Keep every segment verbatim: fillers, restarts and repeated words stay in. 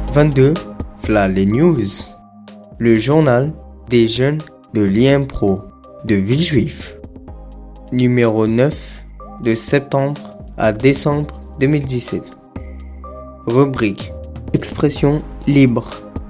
vingt-deux, V'là les news. Le journal des jeunes de l'I M Pro de Villejuif. Numéro neuf, de septembre à décembre deux mille dix-sept. Rubrique Expression libre.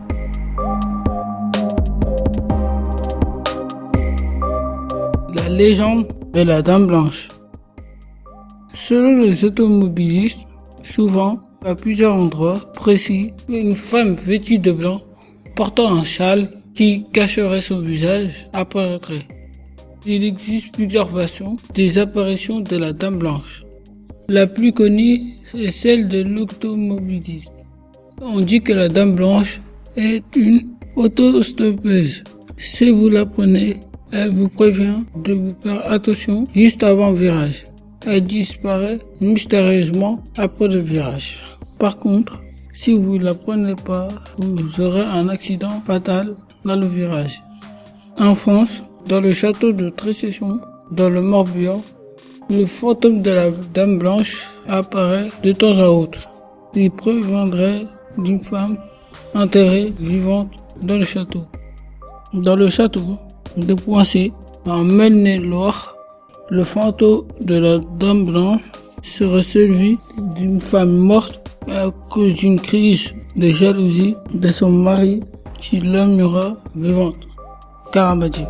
La légende de la Dame Blanche. Selon les automobilistes, souvent, à plusieurs endroits précis, une femme vêtue de blanc, portant un châle qui cacherait son visage, apparaîtrait. Il existe plusieurs versions des apparitions de la Dame Blanche. La plus connue est celle de l'automobiliste. On dit que la Dame Blanche est une autostoppeuse. Si vous la prenez, elle vous prévient de vous faire attention juste avant le virage. Elle disparaît mystérieusement après le virage. Par contre, si vous ne la prenez pas, vous aurez un accident fatal dans le virage. En France, dans le château de Trécession, dans le Morbihan, le fantôme de la Dame Blanche apparaît de temps à autre. Il préviendrait d'une femme enterrée vivante dans le château. Dans le château de Poissy, en Maine-et-Loire, le fantôme de la Dame Blanche serait celui d'une femme morte à cause d'une crise de jalousie de son mari qui l'aimera vivante. Karamadi.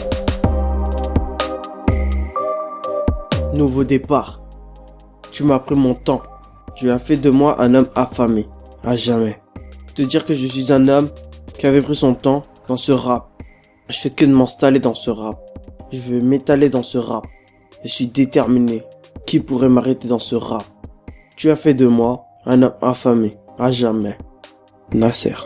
Nouveau départ. Tu m'as pris mon temps. Tu as fait de moi un homme affamé. À jamais. Te dire que je suis un homme qui avait pris son temps dans ce rap. Je fais que de m'installer dans ce rap. Je veux m'étaler dans ce rap. Je suis déterminé. Qui pourrait m'arrêter dans ce rap? Tu as fait de moi un homme affamé. À jamais. Nasser.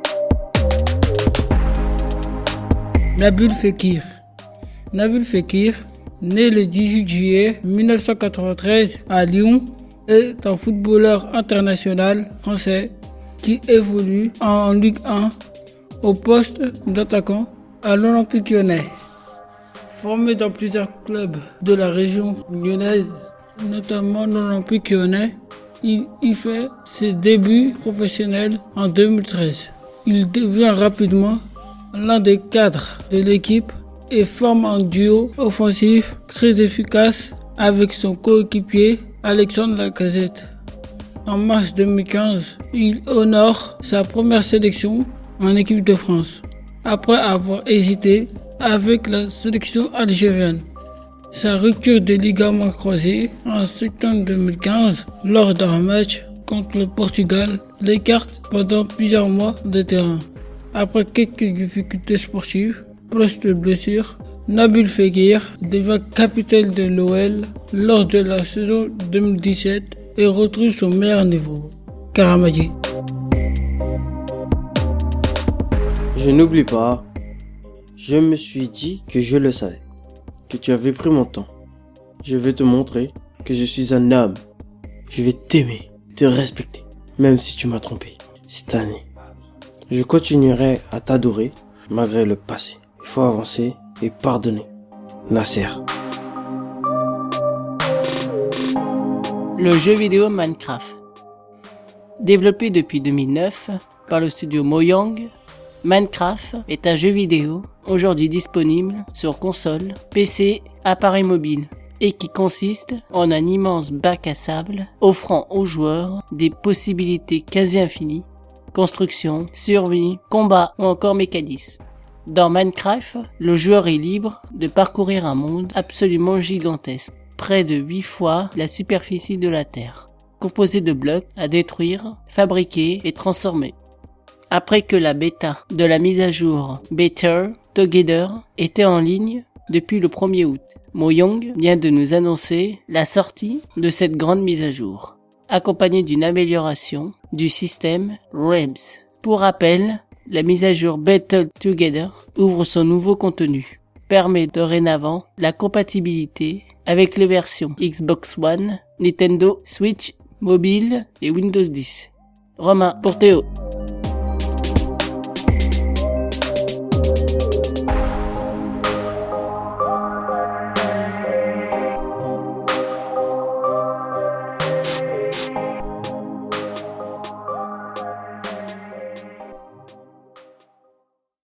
Nabil Fekir. Nabil Fekir, né le dix-huit juillet mille neuf cent quatre-vingt-treize à Lyon, est un footballeur international français qui évolue en Ligue un au poste d'attaquant à l'Olympique Lyonnais. Formé dans plusieurs clubs de la région lyonnaise, notamment l'Olympique Lyonnais, il y fait ses débuts professionnels en deux mille treize. Il devient rapidement l'un des cadres de l'équipe et forme un duo offensif très efficace avec son coéquipier Alexandre Lacazette. En mars deux mille quinze, il honore sa première sélection en équipe de France, après avoir hésité avec la sélection algérienne. Sa rupture des ligaments croisés en septembre deux mille quinze, lors d'un match contre le Portugal, l'écarte pendant plusieurs mois de terrain. Après quelques difficultés sportives, plus de blessures, Nabil Fekir devient capitaine de l'O L lors de la saison deux mille dix-sept et retrouve son meilleur niveau. Karamadi. Je n'oublie pas. Je me suis dit que je le savais. Que tu avais pris mon temps. Je vais te montrer que je suis un homme. Je vais t'aimer, te respecter, même si tu m'as trompé cette année. Je continuerai à t'adorer malgré le passé. Il faut avancer et pardonner. Nasser. Le jeu vidéo Minecraft. Développé depuis deux mille neuf par le studio Mojang, Minecraft est un jeu vidéo aujourd'hui disponible sur console, P C, appareil mobile et qui consiste en un immense bac à sable offrant aux joueurs des possibilités quasi infinies, construction, survie, combat ou encore mécanisme. Dans Minecraft, le joueur est libre de parcourir un monde absolument gigantesque, près de huit fois la superficie de la Terre, composé de blocs à détruire, fabriquer et transformer. Après que la bêta de la mise à jour Better Together était en ligne depuis le premier août, Mojang vient de nous annoncer la sortie de cette grande mise à jour, accompagnée d'une amélioration du système Realms. Pour rappel, la mise à jour Better Together ouvre son nouveau contenu, permet dorénavant la compatibilité avec les versions Xbox One, Nintendo Switch, mobile et Windows dix. Romain pour Théo.